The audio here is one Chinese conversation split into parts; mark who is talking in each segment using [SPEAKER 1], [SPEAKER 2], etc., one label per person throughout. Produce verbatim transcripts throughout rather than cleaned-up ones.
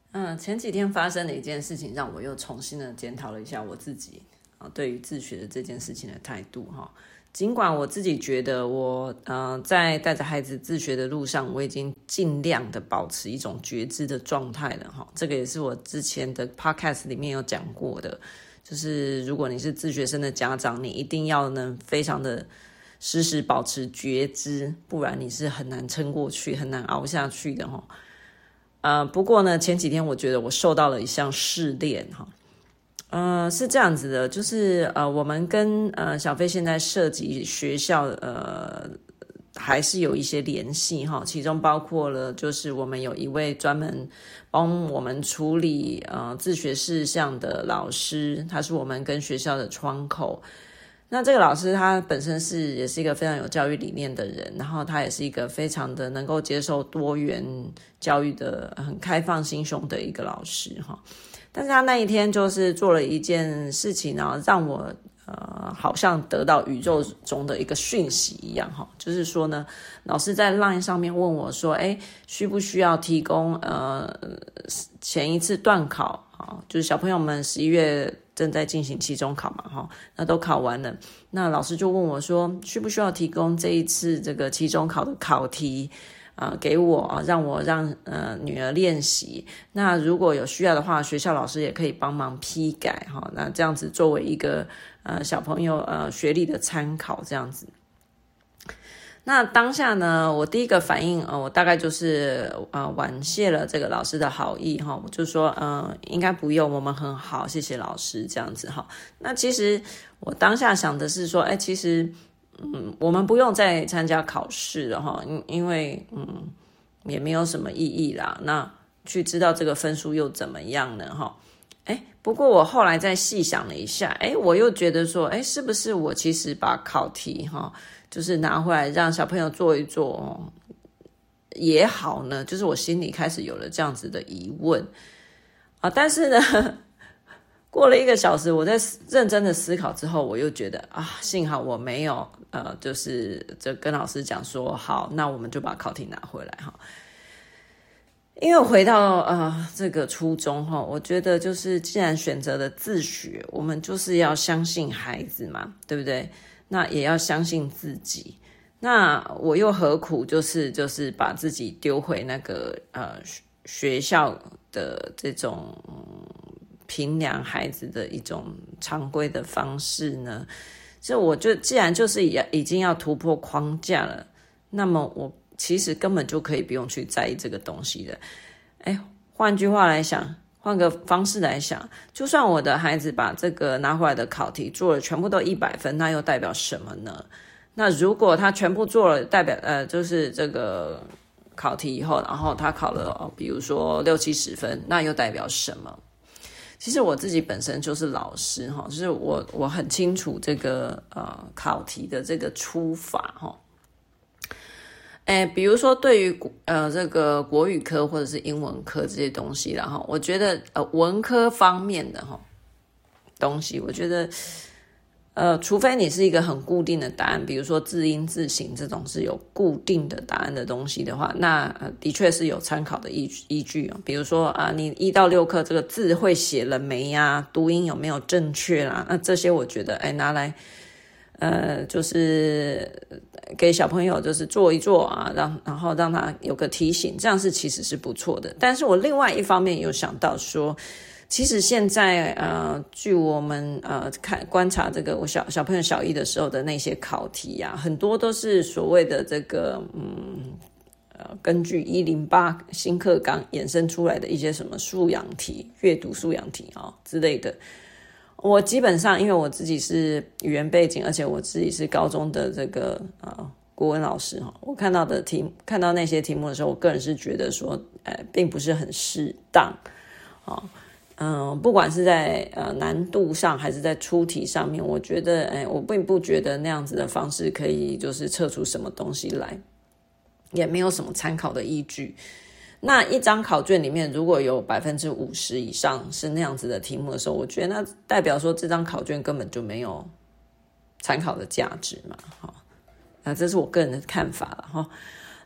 [SPEAKER 1] 嗯，前几天发生的一件事情，让我又重新的检讨了一下我自己啊，对于自学的这件事情的态度哈。尽管我自己觉得我呃在带着孩子自学的路上，我已经尽量的保持一种觉知的状态了哈。这个也是我之前的 podcast 里面有讲过的，就是如果你是自学生的家长，你一定要能非常的时时保持觉知，不然你是很难撑过去，很难熬下去的哈。呃，不过呢，前几天我觉得我受到了一项试炼哈，呃，是这样子的，就是呃，我们跟呃小飞现在涉及学校呃还是有一些联系哈，其中包括了就是我们有一位专门帮我们处理呃自学事项的老师，他是我们跟学校的窗口。那这个老师他本身是也是一个非常有教育理念的人，然后他也是一个非常的能够接受多元教育的很开放心胸的一个老师哈。但是他那一天就是做了一件事情，然后让我呃好像得到宇宙中的一个讯息一样哈，就是说呢，老师在 LINE 上面问我说，哎，需不需要提供呃前一次段考啊，就是小朋友们十一月正在进行期中考嘛哈，那都考完了，那老师就问我说，需不需要提供这一次这个期中考的考题？呃，给我啊，让我让呃女儿练习。那如果有需要的话，学校老师也可以帮忙批改哈。那这样子作为一个呃小朋友呃学历的参考，这样子。那当下呢，我第一个反应呃，我大概就是呃婉谢了这个老师的好意哈，我就说呃应该不用，我们很好，谢谢老师这样子哈。那其实我当下想的是说，哎，其实。嗯，我们不用再参加考试了哈，因因为嗯也没有什么意义啦。那去知道这个分数又怎么样呢哈？哎，不过我后来再细想了一下，哎，我又觉得说，哎，是不是我其实把考题哈，就是拿回来让小朋友做一做哦也好呢？就是我心里开始有了这样子的疑问啊，但是呢。过了一个小时，我在认真的思考之后，我又觉得啊，幸好我没有呃，就是就跟老师讲说，好，那我们就把考题拿回来哈。因为回到呃这个初衷哈，我觉得就是既然选择了自学，我们就是要相信孩子嘛，对不对？那也要相信自己。那我又何苦就是就是把自己丢回那个呃学校的这种。评量孩子的一种常规的方式呢，所以我就既然就是已经要突破框架了，那么我其实根本就可以不用去在意这个东西的。哎，换句话来想，换个方式来想，就算我的孩子把这个拿回来的考题做了全部都一百分，那又代表什么呢？那如果他全部做了，代表呃就是这个考题以后，然后他考了、哦、比如说六七十分，那又代表什么？其实我自己本身就是老师哈，就是我我很清楚这个呃考题的这个出法哈。哎，比如说对于呃这个国语科或者是英文科这些东西啦哈，我觉得呃文科方面的哈东西，我觉得呃除非你是一个很固定的答案，比如说字音字形这种是有固定的答案的东西的话，那呃的确是有参考的依依据哦。比如说啊，你一到六课这个字会写了没呀？读音有没有正确啦？那这些我觉得哎拿来呃就是给小朋友就是做一做啊，让然后让他有个提醒，这样是其实是不错的。但是我另外一方面有想到说。其实现在呃，据我们呃看观察这个我小小朋友小一的时候的那些考题啊，很多都是所谓的这个嗯呃，根据一零八新课纲衍生出来的一些什么素养题、阅读素养题啊、哦、之类的。我基本上因为我自己是语言背景，而且我自己是高中的这个呃国文老师哈，我看到的题看到那些题目的时候，我个人是觉得说，呃，并不是很适当啊。哦嗯，不管是在呃难度上还是在出题上面，我觉得，哎，我并不觉得那样子的方式可以就是测出什么东西来，也没有什么参考的依据。那一张考卷里面如果有百分之五十以上是那样子的题目的时候，我觉得那代表说这张考卷根本就没有参考的价值嘛，哈，那这是我个人的看法了哈。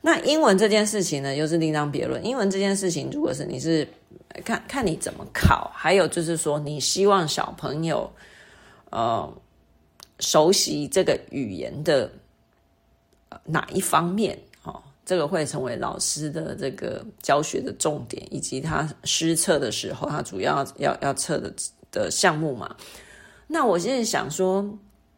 [SPEAKER 1] 那英文这件事情呢，又是另当别论。英文这件事情，如果是你是看看你怎么考，还有就是说，你希望小朋友呃熟悉这个语言的、呃、哪一方面，哦，这个会成为老师的这个教学的重点，以及他施测的时候，他主要要要测的的项目嘛。那我现在想说，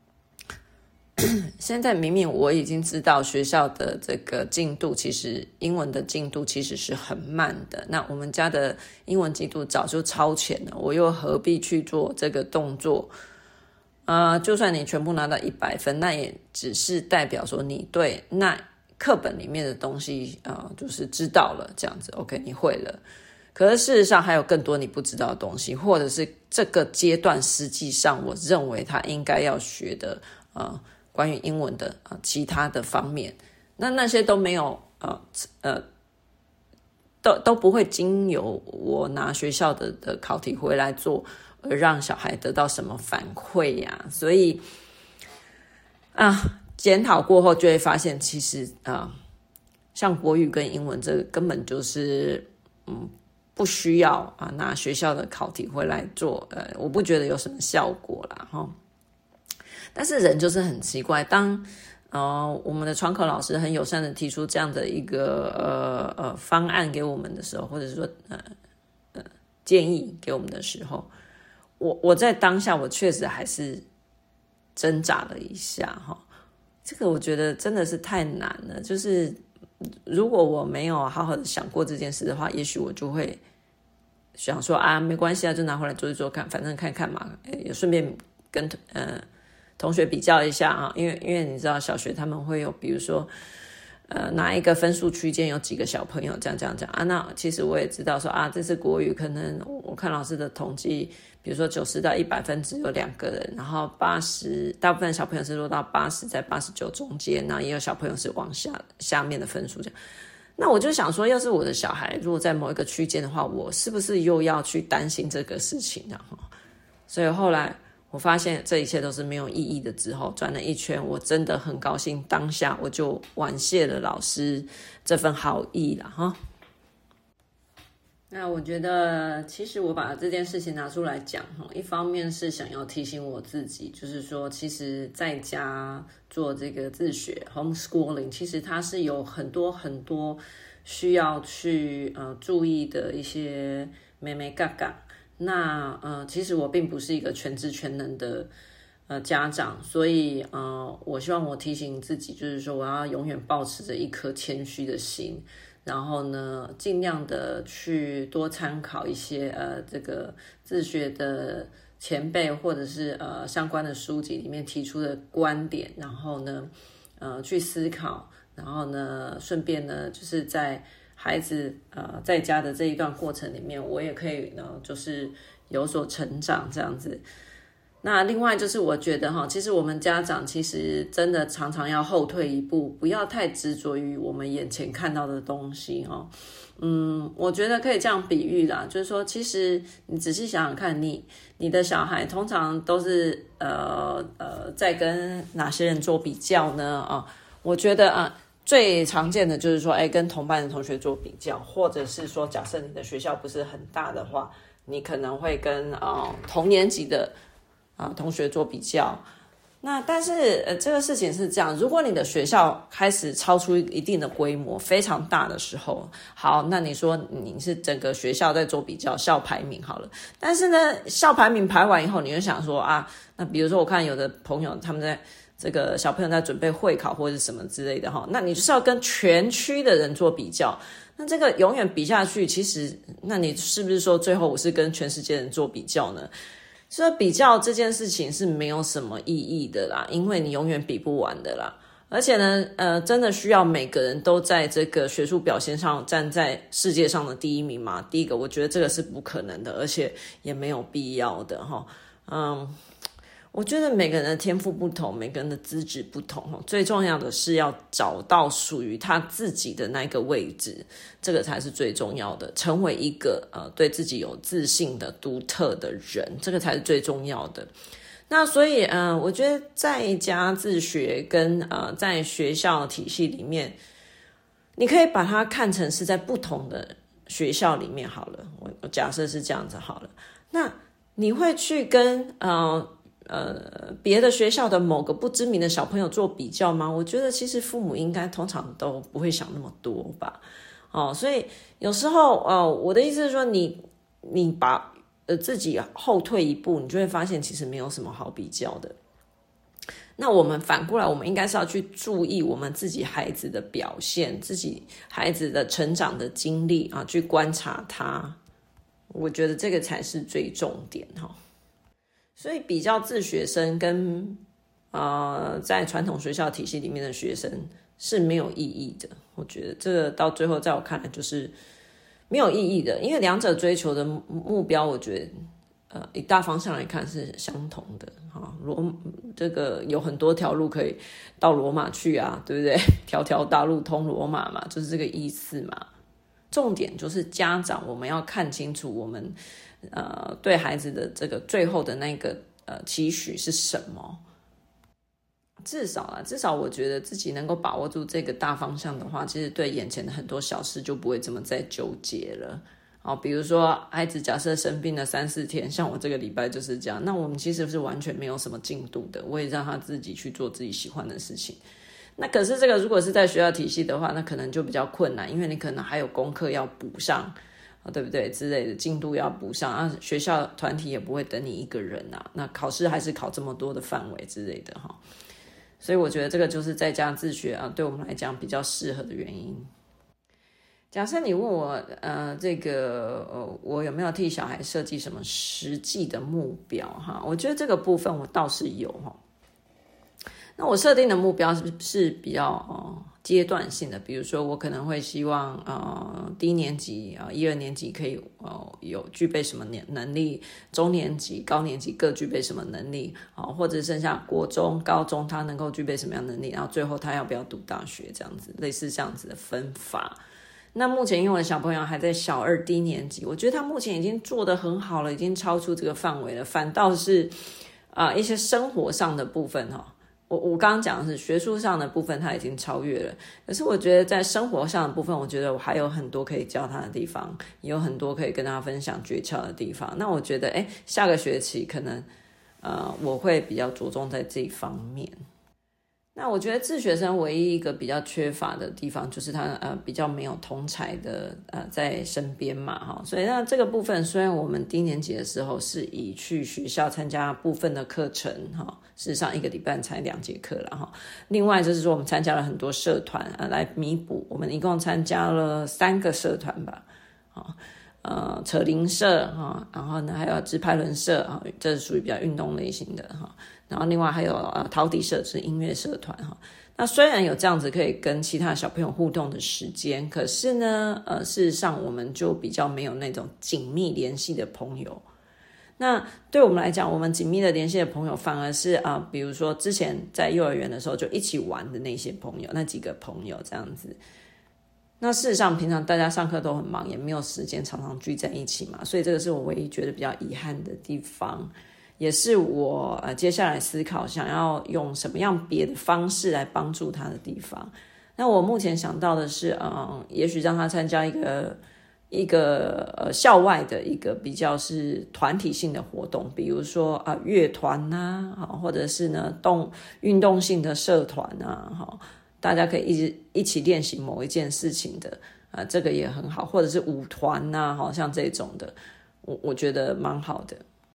[SPEAKER 1] 现在明明我已经知道学校的这个进度，其实英文的进度其实是很慢的。那我们家的英文进度早就超前了，我又何必去做这个动作？呃，就算你全部拿到一百分，那也只是代表说你对那课本里面的东西，呃，就是知道了这样子 ，OK， 你会了。可是事实上还有更多你不知道的东西，或者是这个阶段实际上我认为他应该要学的，呃。关于英文的、呃、其他的方面，那那些都没有呃呃，都都不会经由我拿学校的的考题回来做，而让小孩得到什么反馈呀？所以啊，检讨过后就会发现，其实啊，像国语跟英文这个根本就是嗯不需要啊拿学校的考题回来做，呃，我不觉得有什么效果啦哈。但是人就是很奇怪，当呃我们的窗口老师很友善的提出这样的一个呃呃方案给我们的时候，或者说呃呃建议给我们的时候，我我在当下我确实还是挣扎了一下哈。这个我觉得真的是太难了，就是如果我没有好好的想过这件事的话，也许我就会想说啊没关系啊，就拿回来做一做看，反正看看嘛，也顺便跟呃。同学比较一下啊，因为因为你知道小学他们会有，比如说，呃，哪一个分数区间有几个小朋友这样这样这样啊？那其实我也知道说啊，这次国语可能我看老师的统计，比如说九十到一百分只有两个人，然后八十大部分小朋友是落到八十，在八十九中间，然后也有小朋友是往下下面的分数这样。那我就想说，要是我的小孩如果在某一个区间的话，我是不是又要去担心这个事情呢？所以后来。我发现这一切都是没有意义的之后，转了一圈，我真的很高兴，当下我就婉谢了老师这份好意了哈。那我觉得，其实我把这件事情拿出来讲哈，一方面是想要提醒我自己，就是说，其实在家做这个自学 homeschooling， 其实它是有很多很多需要去呃注意的一些眉眉角角。那呃，其实我并不是一个全知全能的呃家长，所以呃，我希望我提醒自己，就是说我要永远保持着一颗谦虚的心，然后呢，尽量的去多参考一些呃这个自学的前辈或者是呃相关的书籍里面提出的观点，然后呢，呃去思考，然后呢，顺便呢，就是在孩子呃在家的这一段过程里面，我也可以呢，就是有所成长这样子。那另外就是我觉得哈，其实我们家长其实真的常常要后退一步，不要太执着于我们眼前看到的东西哈。嗯，我觉得可以这样比喻啦，就是说，其实你仔细想想看，你你的小孩通常都是呃呃在跟哪些人做比较呢？啊，我觉得啊。最常见的就是说，哎，跟同班的同学做比较，或者是说，假设你的学校不是很大的话，你可能会跟呃同年级的啊、呃、同学做比较。那但是呃这个事情是这样，如果你的学校开始超出一定的规模，非常大的时候，好，那你说你是整个学校在做比较，校排名好了。但是呢，校排名排完以后，你就想说啊，那比如说我看有的朋友他们在。这个小朋友在准备会考或者什么之类的哈，那你就是要跟全区的人做比较，那这个永远比下去，其实那你是不是说最后我是跟全世界人做比较呢？所以比较这件事情是没有什么意义的啦，因为你永远比不完的啦。而且呢，呃，真的需要每个人都在这个学术表现上站在世界上的第一名吗？第一个，我觉得这个是不可能的，而且也没有必要的哈，嗯。我觉得每个人的天赋不同，每个人的资质不同，最重要的是要找到属于他自己的那个位置，这个才是最重要的。成为一个呃对自己有自信的独特的人，这个才是最重要的。那所以呃，我觉得在家自学跟呃在学校体系里面， 你可以把它看成是在不同的学校里面好了，我假设是这样子好了。那你会去跟呃呃别的学校的某个不知名的小朋友做比较吗？我觉得其实父母应该通常都不会想那么多吧。哦，所以有时候呃我的意思是说，你你把呃自己后退一步，你就会发现其实没有什么好比较的。那我们反过来，我们应该是要去注意我们自己孩子的表现，自己孩子的成长的经历啊，去观察他。我觉得这个才是最重点哈。所以比较自学生跟呃在传统学校体系里面的学生是没有意义的。我觉得这个到最后在我看来就是没有意义的，因为两者追求的目标，我觉得呃以大方向来看是相同的哈。罗这个有很多条路可以到罗马去啊，对不对？条条大路通罗马嘛，就是这个意思嘛。重点就是家长我们要看清楚我们呃对孩子的这个最后的那个呃期许是什么。至少啊，至少我觉得自己能够把握住这个大方向的话，其实对眼前的很多小事就不会这么再纠结了。好，比如说孩子假设生病了三四天，像我这个礼拜就是这样，那我们其实是完全没有什么进度的，我也让他自己去做自己喜欢的事情。那可是这个如果是在学校体系的话，那可能就比较困难，因为你可能还有功课要补上，对不对？之类的进度要补上啊，学校团体也不会等你一个人啊，那考试还是考这么多的范围之类的哈。所以我觉得这个就是在家自学啊，对我们来讲比较适合的原因。假设你问我，呃，这个呃，我有没有替小孩设计什么实际的目标哈？我觉得这个部分我倒是有哈。那我设定的目标是是比较呃阶段性的，比如说我可能会希望呃低年级啊、呃、一二年级可以呃有具备什么能力，中年级、高年级各具备什么能力啊、呃，或者剩下国中、高中他能够具备什么样的能力，然后最后他要不要读大学这样子，类似这样子的分法。那目前因为我的小朋友还在小二低年级，我觉得他目前已经做得很好了，已经超出这个范围了，反倒是啊、呃、一些生活上的部分哈。我我刚刚讲的是学术上的部分他已经超越了，可是我觉得在生活上的部分，我觉得我还有很多可以教他的地方，也有很多可以跟他分享诀窍的地方。那我觉得诶下个学期可能呃我会比较着重在这一方面。那我觉得自学生唯一一个比较缺乏的地方就是他呃比较没有同侪的呃在身边嘛哈，所以那这个部分虽然我们低年级的时候是以去学校参加部分的课程哈，事实上一个礼拜才两节课啦哈。另外就是说我们参加了很多社团啊来弥补，我们一共参加了三个社团吧，啊呃扯铃社哈，然后呢还有直排轮社哈，这是属于比较运动类型的哈。然后另外还有呃陶笛社是音乐社团哈，那虽然有这样子可以跟其他小朋友互动的时间，可是呢呃事实上我们就比较没有那种紧密联系的朋友。那对我们来讲，我们紧密的联系的朋友反而是啊、呃，比如说之前在幼儿园的时候就一起玩的那些朋友，那几个朋友这样子。那事实上平常大家上课都很忙，也没有时间常常聚在一起嘛，所以这个是我唯一觉得比较遗憾的地方。也是我呃接下来思考想要用什么样别的方式来帮助他的地方。那我目前想到的是，嗯，也许让他参加一个一个呃校外的一个比较是团体性的活动，比如说啊乐团呐，好，或者是呢动运动性的社团啊，好，大家可以一直一起练习某一件事情的啊，这个也很好，或者是舞团呐，好像这种的，我我觉得蛮好的。